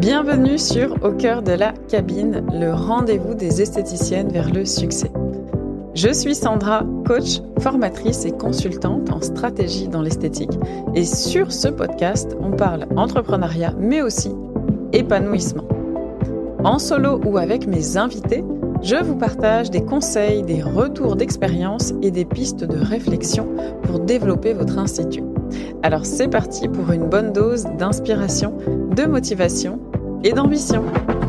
Bienvenue sur Au cœur de la cabine, le rendez-vous des esthéticiennes vers le succès. Je suis Sandra, coach, formatrice et consultante en stratégie dans l'esthétique. Et sur ce podcast, on parle entrepreneuriat, mais aussi épanouissement. En solo ou avec mes invités, je vous partage des conseils, des retours d'expérience et des pistes de réflexion pour développer votre institut. Alors c'est parti pour une bonne dose d'inspiration, de motivation et d'ambition.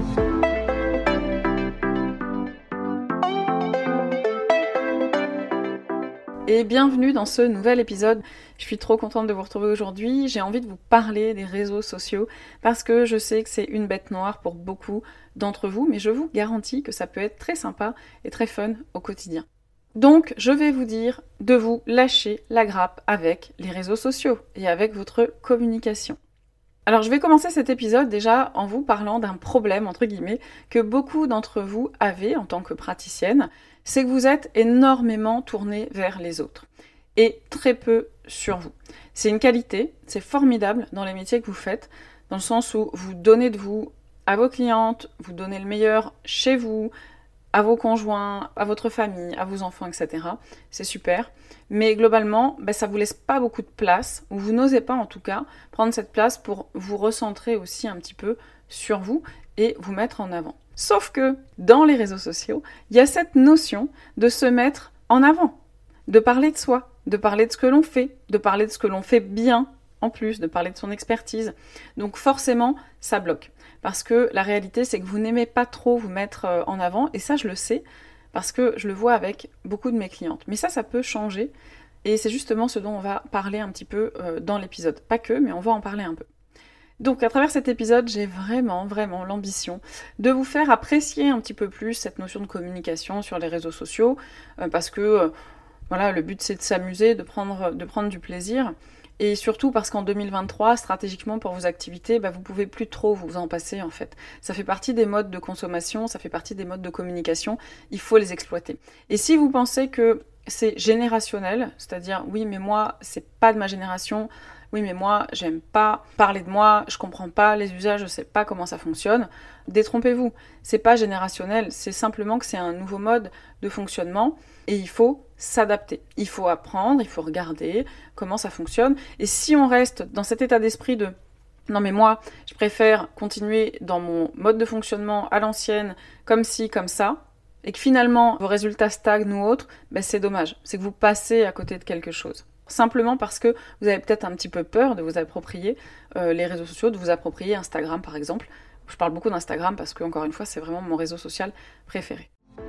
Et bienvenue dans ce nouvel épisode. Je suis trop contente de vous retrouver aujourd'hui. J'ai envie de vous parler des réseaux sociaux parce que je sais que c'est une bête noire pour beaucoup d'entre vous, mais je vous garantis que ça peut être très sympa et très fun au quotidien. Donc, je vais vous dire de vous lâcher la grappe avec les réseaux sociaux et avec votre communication. Alors, je vais commencer cet épisode déjà en vous parlant d'un problème, entre guillemets, que beaucoup d'entre vous avez en tant que praticienne, c'est que vous êtes énormément tourné vers les autres et très peu sur vous. C'est une qualité, c'est formidable dans les métiers que vous faites, dans le sens où vous donnez de vous à vos clientes, vous donnez le meilleur chez vous, à vos conjoints, à votre famille, à vos enfants, etc. C'est super. Mais globalement, ça vous laisse pas beaucoup de place, ou vous n'osez pas en tout cas prendre cette place pour vous recentrer aussi un petit peu sur vous et vous mettre en avant. Sauf que dans les réseaux sociaux, il y a cette notion de se mettre en avant, de parler de soi, de parler de ce que l'on fait, de parler de ce que l'on fait bien en plus, de parler de son expertise. Donc forcément, ça bloque. Parce que la réalité, c'est que vous n'aimez pas trop vous mettre en avant, et ça je le sais, parce que je le vois avec beaucoup de mes clientes. Mais ça peut changer, et c'est justement ce dont on va parler un petit peu dans l'épisode. Pas que, mais on va en parler un peu. Donc à travers cet épisode, j'ai vraiment l'ambition de vous faire apprécier un petit peu plus cette notion de communication sur les réseaux sociaux, parce que le but c'est de s'amuser, de prendre du plaisir, et surtout parce qu'en 2023, stratégiquement pour vos activités, vous pouvez plus trop vous en passer en fait. Ça fait partie des modes de consommation, ça fait partie des modes de communication, il faut les exploiter. Et si vous pensez que c'est générationnel, c'est-à-dire oui mais moi c'est pas de ma génération, oui mais moi j'aime pas parler de moi, je comprends pas les usages, je sais pas comment ça fonctionne, détrompez-vous, c'est pas générationnel, c'est simplement que c'est un nouveau mode de fonctionnement et il faut s'adapter, il faut apprendre, il faut regarder comment ça fonctionne, et si on reste dans cet état d'esprit de non mais moi je préfère continuer dans mon mode de fonctionnement à l'ancienne, comme ci, comme ça, et que finalement vos résultats stagnent ou autres, c'est dommage, c'est que vous passez à côté de quelque chose. Simplement parce que vous avez peut-être un petit peu peur de vous approprier les réseaux sociaux, de vous approprier Instagram par exemple. Je parle beaucoup d'Instagram parce que, encore une fois, c'est vraiment mon réseau social préféré.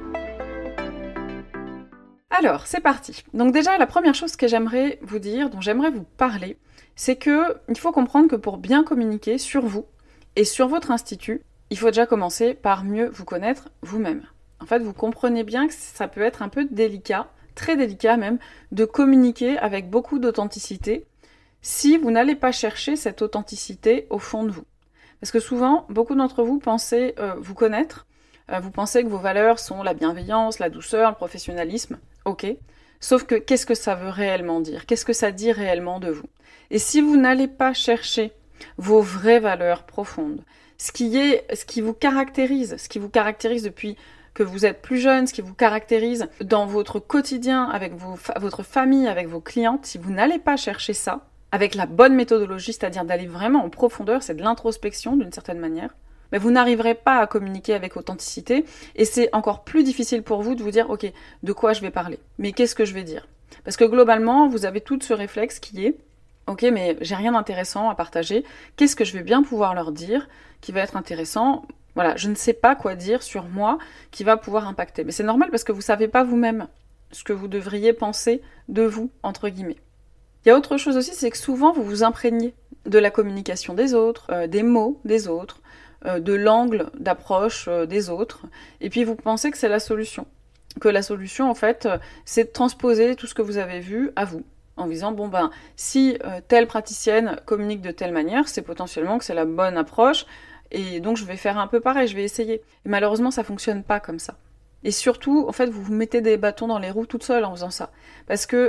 Alors, c'est parti. Donc déjà, la première chose que j'aimerais vous dire, dont j'aimerais vous parler, c'est qu'il faut comprendre que pour bien communiquer sur vous et sur votre institut, il faut déjà commencer par mieux vous connaître vous-même. En fait, vous comprenez bien que ça peut être un peu délicat, très délicat même, de communiquer avec beaucoup d'authenticité si vous n'allez pas chercher cette authenticité au fond de vous. Parce que souvent, beaucoup d'entre vous pensez vous connaître, vous pensez que vos valeurs sont la bienveillance, la douceur, le professionnalisme, ok. Sauf que qu'est-ce que ça veut réellement dire ? Qu'est-ce que ça dit réellement de vous ? Et si vous n'allez pas chercher vos vraies valeurs profondes, ce qui vous caractérise depuis que vous êtes plus jeune, ce qui vous caractérise dans votre quotidien, avec votre famille, avec vos clientes, si vous n'allez pas chercher ça, avec la bonne méthodologie, c'est-à-dire d'aller vraiment en profondeur, c'est de l'introspection d'une certaine manière, vous n'arriverez pas à communiquer avec authenticité, et c'est encore plus difficile pour vous de vous dire, ok, de quoi je vais parler ? Mais qu'est-ce que je vais dire ? Parce que globalement, vous avez tout ce réflexe qui est, ok, mais j'ai rien d'intéressant à partager, qu'est-ce que je vais bien pouvoir leur dire qui va être intéressant ? Voilà, je ne sais pas quoi dire sur moi qui va pouvoir impacter. Mais c'est normal parce que vous ne savez pas vous-même ce que vous devriez penser de vous, entre guillemets. Il y a autre chose aussi, c'est que souvent vous vous imprégnez de la communication des autres, des mots des autres, de l'angle d'approche des autres, et puis vous pensez que c'est la solution. Que la solution, en fait, c'est de transposer tout ce que vous avez vu à vous. En disant, si telle praticienne communique de telle manière, c'est potentiellement que c'est la bonne approche, et donc je vais faire un peu pareil, je vais essayer. Et malheureusement, ça fonctionne pas comme ça. Et surtout, en fait, vous vous mettez des bâtons dans les roues toute seule en faisant ça. Parce que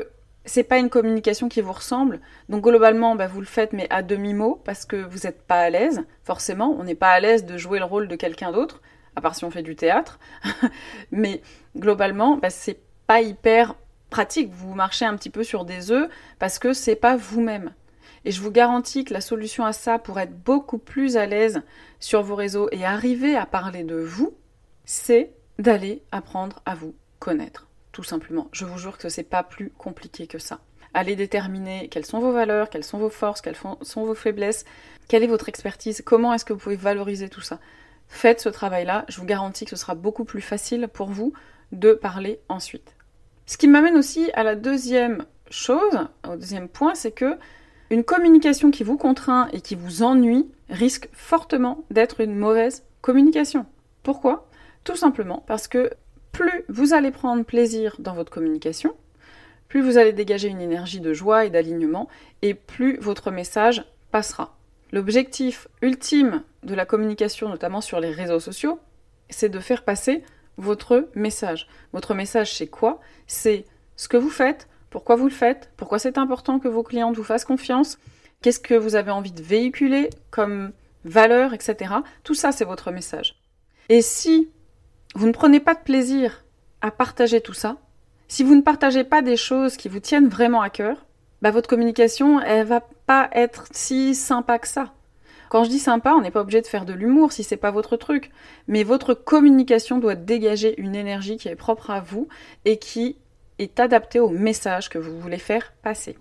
c'est pas une communication qui vous ressemble. Donc globalement, vous le faites mais à demi-mot parce que vous n'êtes pas à l'aise. Forcément, on n'est pas à l'aise de jouer le rôle de quelqu'un d'autre, à part si on fait du théâtre. Mais globalement, c'est pas hyper pratique. Vous marchez un petit peu sur des œufs parce que c'est pas vous-même. Et je vous garantis que la solution à ça, pour être beaucoup plus à l'aise sur vos réseaux et arriver à parler de vous, c'est d'aller apprendre à vous connaître. Tout simplement. Je vous jure que c'est pas plus compliqué que ça. Allez déterminer quelles sont vos valeurs, quelles sont vos forces, quelles sont vos faiblesses, quelle est votre expertise, comment est-ce que vous pouvez valoriser tout ça. Faites ce travail-là, je vous garantis que ce sera beaucoup plus facile pour vous de parler ensuite. Ce qui m'amène aussi à la deuxième chose, au deuxième point, c'est que une communication qui vous contraint et qui vous ennuie risque fortement d'être une mauvaise communication. Pourquoi ? Tout simplement parce que plus vous allez prendre plaisir dans votre communication, plus vous allez dégager une énergie de joie et d'alignement, et plus votre message passera. L'objectif ultime de la communication, notamment sur les réseaux sociaux, c'est de faire passer votre message. Votre message, c'est quoi ? C'est ce que vous faites, pourquoi vous le faites, pourquoi c'est important que vos clientes vous fassent confiance, qu'est-ce que vous avez envie de véhiculer comme valeur, etc. Tout ça, c'est votre message. Et si vous ne prenez pas de plaisir à partager tout ça, si vous ne partagez pas des choses qui vous tiennent vraiment à cœur, votre communication, elle va pas être si sympa que ça. Quand je dis sympa, on n'est pas obligé de faire de l'humour si c'est pas votre truc, mais votre communication doit dégager une énergie qui est propre à vous et qui est adaptée au message que vous voulez faire passer.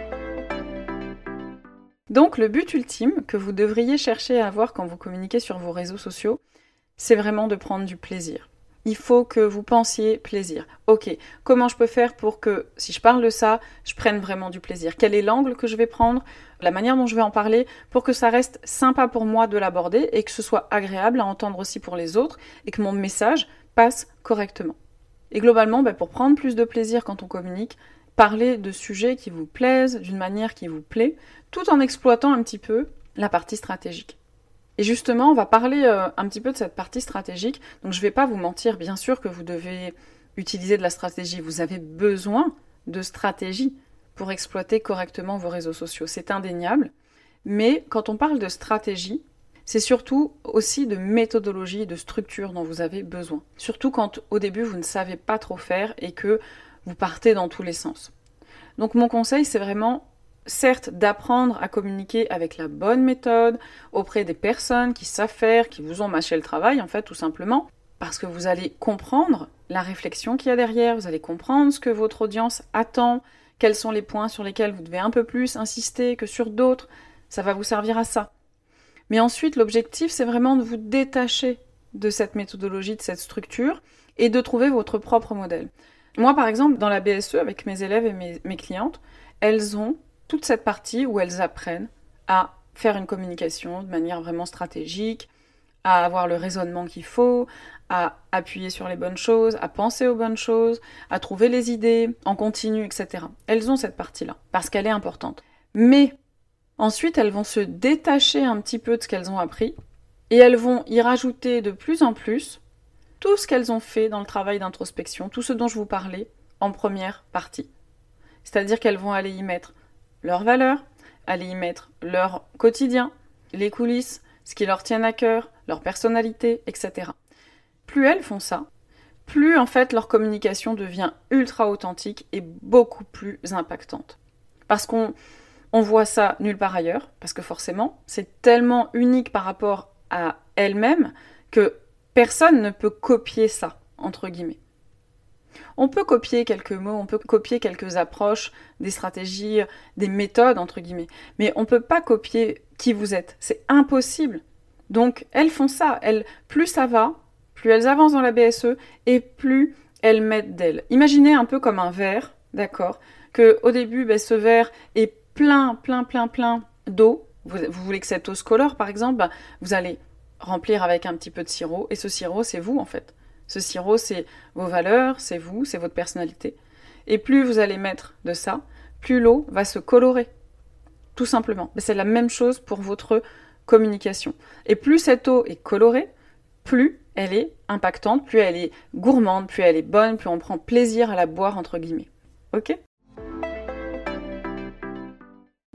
Donc le but ultime que vous devriez chercher à avoir quand vous communiquez sur vos réseaux sociaux, c'est vraiment de prendre du plaisir. Il faut que vous pensiez plaisir. Ok, comment je peux faire pour que, si je parle de ça, je prenne vraiment du plaisir ? Quel est l'angle que je vais prendre ? La manière dont je vais en parler pour que ça reste sympa pour moi de l'aborder et que ce soit agréable à entendre aussi pour les autres et que mon message passe correctement. Et globalement, pour prendre plus de plaisir quand on communique, parler de sujets qui vous plaisent, d'une manière qui vous plaît, tout en exploitant un petit peu la partie stratégique. Et justement, on va parler un petit peu de cette partie stratégique. Donc je ne vais pas vous mentir, bien sûr que vous devez utiliser de la stratégie. Vous avez besoin de stratégie pour exploiter correctement vos réseaux sociaux. C'est indéniable. Mais quand on parle de stratégie, c'est surtout aussi de méthodologie, de structure dont vous avez besoin. Surtout quand au début vous ne savez pas trop faire et que vous partez dans tous les sens. Donc mon conseil, c'est vraiment, certes, d'apprendre à communiquer avec la bonne méthode auprès des personnes qui savent faire, qui vous ont mâché le travail, en fait, tout simplement, parce que vous allez comprendre la réflexion qu'il y a derrière, vous allez comprendre ce que votre audience attend, quels sont les points sur lesquels vous devez un peu plus insister que sur d'autres, ça va vous servir à ça. Mais ensuite, l'objectif, c'est vraiment de vous détacher de cette méthodologie, de cette structure, et de trouver votre propre modèle. Moi, par exemple, dans la BSE, avec mes élèves et mes clientes, elles ont toute cette partie où elles apprennent à faire une communication de manière vraiment stratégique, à avoir le raisonnement qu'il faut, à appuyer sur les bonnes choses, à penser aux bonnes choses, à trouver les idées en continu, etc. Elles ont cette partie-là, parce qu'elle est importante. Mais ensuite, elles vont se détacher un petit peu de ce qu'elles ont appris, et elles vont y rajouter de plus en plus tout ce qu'elles ont fait dans le travail d'introspection, tout ce dont je vous parlais en première partie. C'est-à-dire qu'elles vont aller y mettre leurs valeurs, aller y mettre leur quotidien, les coulisses, ce qui leur tient à cœur, leur personnalité, etc. Plus elles font ça, plus en fait leur communication devient ultra authentique et beaucoup plus impactante. Parce qu'on voit ça nulle part ailleurs, parce que forcément, c'est tellement unique par rapport à elles-mêmes que personne ne peut copier ça, entre guillemets. On peut copier quelques mots, on peut copier quelques approches, des stratégies, des méthodes, entre guillemets, mais on ne peut pas copier qui vous êtes. C'est impossible. Donc, elles font ça. Plus ça va, plus elles avancent dans la BSE, et plus elles mettent d'elles. Imaginez un peu comme un verre, d'accord, que au début, ce verre est plein d'eau. Vous voulez que cette eau se colore, par exemple, vous allez remplir avec un petit peu de sirop, et ce sirop, c'est vous, en fait. Ce sirop, c'est vos valeurs, c'est vous, c'est votre personnalité. Et plus vous allez mettre de ça, plus l'eau va se colorer. Tout simplement. Mais c'est la même chose pour votre communication. Et plus cette eau est colorée, plus elle est impactante, plus elle est gourmande, plus elle est bonne, plus on prend plaisir à la boire, entre guillemets. Ok ?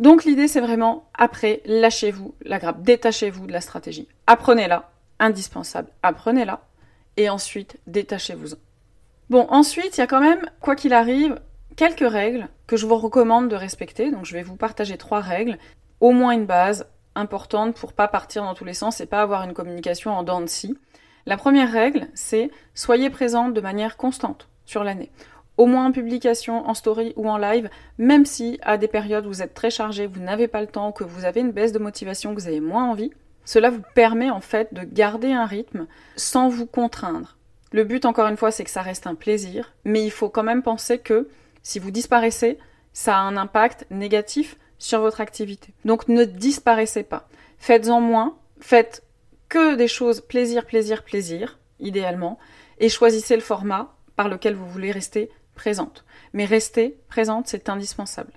Donc l'idée, c'est vraiment, après, lâchez-vous la grappe, détachez-vous de la stratégie. Apprenez-la, indispensable, apprenez-la, et ensuite, détachez-vous-en. Bon, ensuite, il y a quand même, quoi qu'il arrive, quelques règles que je vous recommande de respecter. Donc je vais vous partager 3 règles, au moins une base importante pour pas partir dans tous les sens et pas avoir une communication en dents de scie. La première règle, c'est soyez présente de manière constante sur l'année. Au moins en publication, en story ou en live, même si à des périodes où vous êtes très chargé, vous n'avez pas le temps, que vous avez une baisse de motivation, que vous avez moins envie, cela vous permet en fait de garder un rythme sans vous contraindre. Le but, encore une fois, c'est que ça reste un plaisir, mais il faut quand même penser que si vous disparaissez, ça a un impact négatif sur votre activité. Donc ne disparaissez pas. Faites-en moins, faites que des choses plaisir, plaisir, plaisir, idéalement, et choisissez le format par lequel vous voulez rester présente. Mais rester présente, c'est indispensable.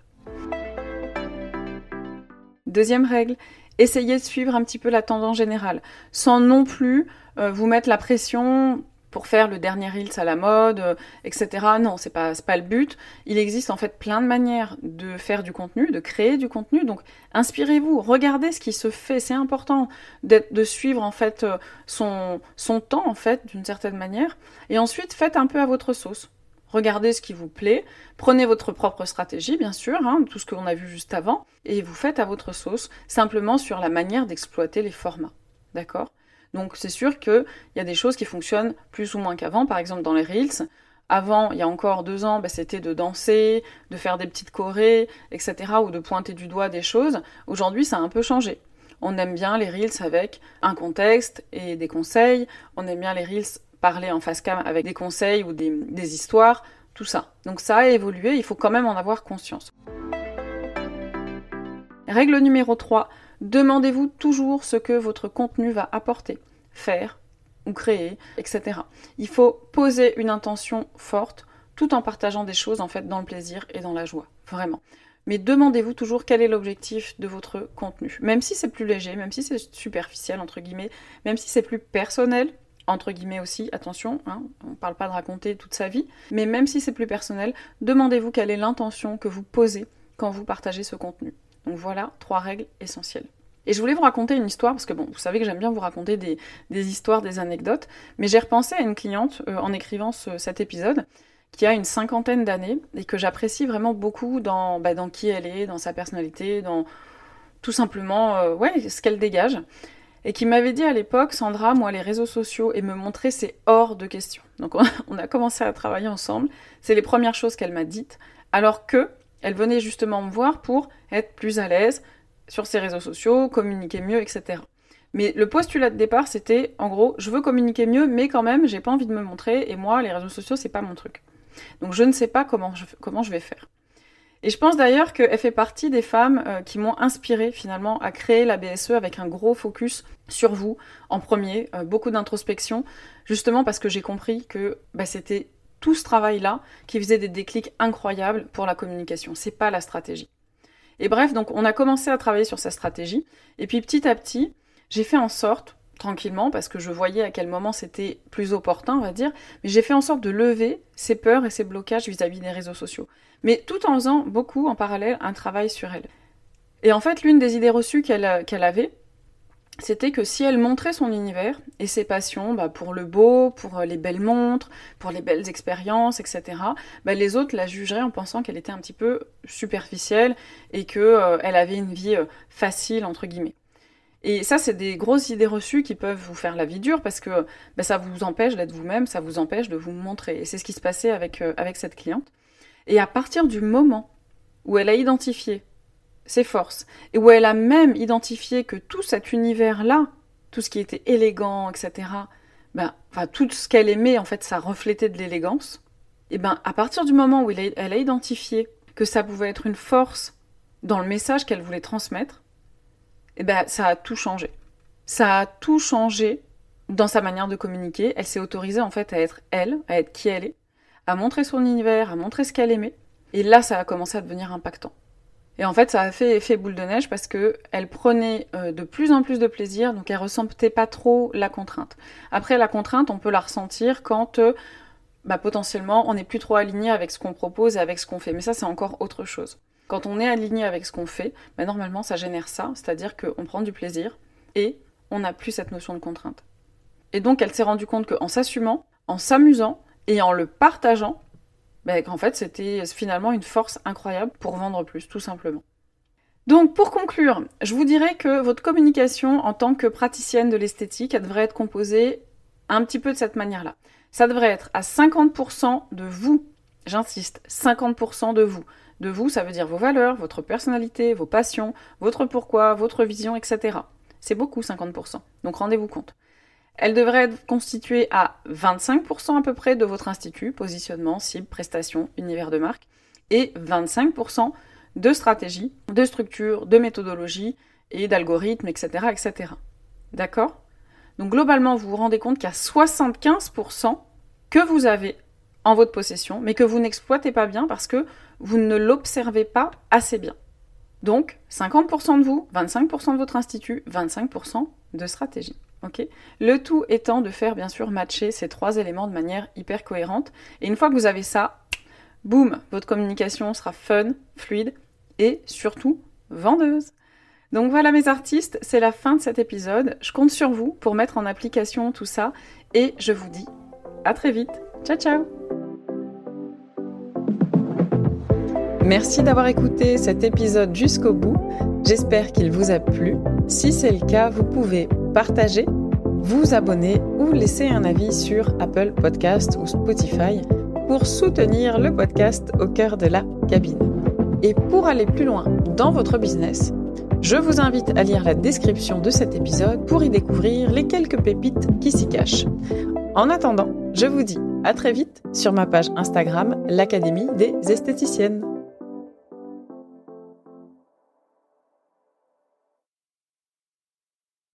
Deuxième règle, essayez de suivre un petit peu la tendance générale, sans non plus vous mettre la pression pour faire le dernier Reels à la mode, etc. Non, c'est pas le but. Il existe en fait plein de manières de faire du contenu, de créer du contenu. Donc, inspirez-vous, regardez ce qui se fait. C'est important de suivre en fait son temps en fait d'une certaine manière. Et ensuite, faites un peu à votre sauce. Regardez ce qui vous plaît, prenez votre propre stratégie, bien sûr, tout ce qu'on a vu juste avant, et vous faites à votre sauce, simplement sur la manière d'exploiter les formats. D'accord ? Donc c'est sûr qu'il y a des choses qui fonctionnent plus ou moins qu'avant, par exemple dans les Reels. Avant, il y a encore 2 ans, c'était de danser, de faire des petites chorés, etc., ou de pointer du doigt des choses. Aujourd'hui, ça a un peu changé. On aime bien les Reels avec un contexte et des conseils, on aime bien les Reels parler en face cam avec des conseils ou des histoires, tout ça. Donc ça a évolué, il faut quand même en avoir conscience. Règle numéro 3, demandez-vous toujours ce que votre contenu va apporter, faire ou créer, etc. Il faut poser une intention forte tout en partageant des choses en fait dans le plaisir et dans la joie, vraiment. Mais demandez-vous toujours quel est l'objectif de votre contenu. Même si c'est plus léger, même si c'est superficiel, entre guillemets, même si c'est plus personnel, entre guillemets aussi, attention, on ne parle pas de raconter toute sa vie, mais même si c'est plus personnel, demandez-vous quelle est l'intention que vous posez quand vous partagez ce contenu. Donc voilà, 3 règles essentielles. Et je voulais vous raconter une histoire, parce que bon, vous savez que j'aime bien vous raconter des histoires, des anecdotes, mais j'ai repensé à une cliente en écrivant cet épisode, qui a une 50aine d'années, et que j'apprécie vraiment beaucoup dans qui elle est, dans sa personnalité, dans tout simplement ce qu'elle dégage. Et qui m'avait dit à l'époque, Sandra, moi les réseaux sociaux et me montrer c'est hors de question. Donc on a commencé à travailler ensemble, c'est les premières choses qu'elle m'a dites, alors que elle venait justement me voir pour être plus à l'aise sur ses réseaux sociaux, communiquer mieux, etc. Mais le postulat de départ c'était, en gros, je veux communiquer mieux, mais quand même j'ai pas envie de me montrer, et moi les réseaux sociaux c'est pas mon truc. Donc je ne sais pas comment je vais faire. Et je pense d'ailleurs qu'elle fait partie des femmes qui m'ont inspirée finalement à créer la BSE avec un gros focus sur vous en premier, beaucoup d'introspection, justement parce que j'ai compris que c'était tout ce travail-là qui faisait des déclics incroyables pour la communication, c'est pas la stratégie. Et bref, donc on a commencé à travailler sur sa stratégie, et puis petit à petit, j'ai fait en sorte, tranquillement, parce que je voyais à quel moment c'était plus opportun, on va dire, mais j'ai fait en sorte de lever ses peurs et ses blocages vis-à-vis des réseaux sociaux. Mais tout en faisant beaucoup, en parallèle, un travail sur elle. Et en fait, l'une des idées reçues qu'elle avait, c'était que si elle montrait son univers et ses passions pour le beau, pour les belles montres, pour les belles expériences, etc., les autres la jugeraient en pensant qu'elle était un petit peu superficielle et qu'elle avait une vie facile, entre guillemets. Et ça, c'est des grosses idées reçues qui peuvent vous faire la vie dure parce que ça vous empêche d'être vous-même, ça vous empêche de vous montrer. Et c'est ce qui se passait avec cette cliente. Et à partir du moment où elle a identifié ses forces, et où elle a même identifié que tout cet univers-là, tout ce qui était élégant, etc., tout ce qu'elle aimait, en fait, ça reflétait de l'élégance, et à partir du moment où elle a identifié que ça pouvait être une force dans le message qu'elle voulait transmettre, ça a tout changé. Ça a tout changé dans sa manière de communiquer. Elle s'est autorisée, en fait, à être elle, à être qui elle est, à montrer son univers, à montrer ce qu'elle aimait, et là, ça a commencé à devenir impactant. Et en fait, ça a fait effet boule de neige parce qu'elle prenait de plus en plus de plaisir, donc elle ressentait pas trop la contrainte. Après, la contrainte, on peut la ressentir quand potentiellement on n'est plus trop aligné avec ce qu'on propose et avec ce qu'on fait. Mais ça, c'est encore autre chose. Quand on est aligné avec ce qu'on fait, normalement ça génère ça, c'est-à-dire qu'on prend du plaisir et on n'a plus cette notion de contrainte. Et donc elle s'est rendue compte qu'en s'assumant, en s'amusant et en le partageant, qu'en fait c'était finalement une force incroyable pour vendre plus, tout simplement. Donc pour conclure, je vous dirais que votre communication en tant que praticienne de l'esthétique, elle devrait être composée un petit peu de cette manière-là. Ça devrait être à 50% de vous, j'insiste, 50% de vous. De vous, ça veut dire vos valeurs, votre personnalité, vos passions, votre pourquoi, votre vision, etc. C'est beaucoup, 50%. Donc rendez-vous compte. Elle devrait être constituée à 25% à peu près de votre institut, positionnement, cible, prestation, univers de marque, et 25% de stratégie, de structure, de méthodologie et d'algorithmes, etc., etc. D'accord ? Donc globalement, vous vous rendez compte qu'il y a 75% que vous avez en votre possession, mais que vous n'exploitez pas bien parce que vous ne l'observez pas assez bien. Donc, 50% de vous, 25% de votre institut, 25% de stratégie. Okay ? Le tout étant de faire bien sûr matcher ces 3 éléments de manière hyper cohérente. Et une fois que vous avez ça, boum, votre communication sera fun, fluide et surtout vendeuse. Donc voilà mes artistes, c'est la fin de cet épisode. Je compte sur vous pour mettre en application tout ça et je vous dis à très vite. Ciao ciao! Merci d'avoir écouté cet épisode jusqu'au bout. J'espère qu'il vous a plu. Si c'est le cas, vous pouvez partager, vous abonner ou laisser un avis sur Apple Podcast ou Spotify pour soutenir le podcast au cœur de la cabine. Et pour aller plus loin dans votre business, je vous invite à lire la description de cet épisode pour y découvrir les quelques pépites qui s'y cachent. En attendant, je vous dis à très vite sur ma page Instagram, l'Académie des esthéticiennes.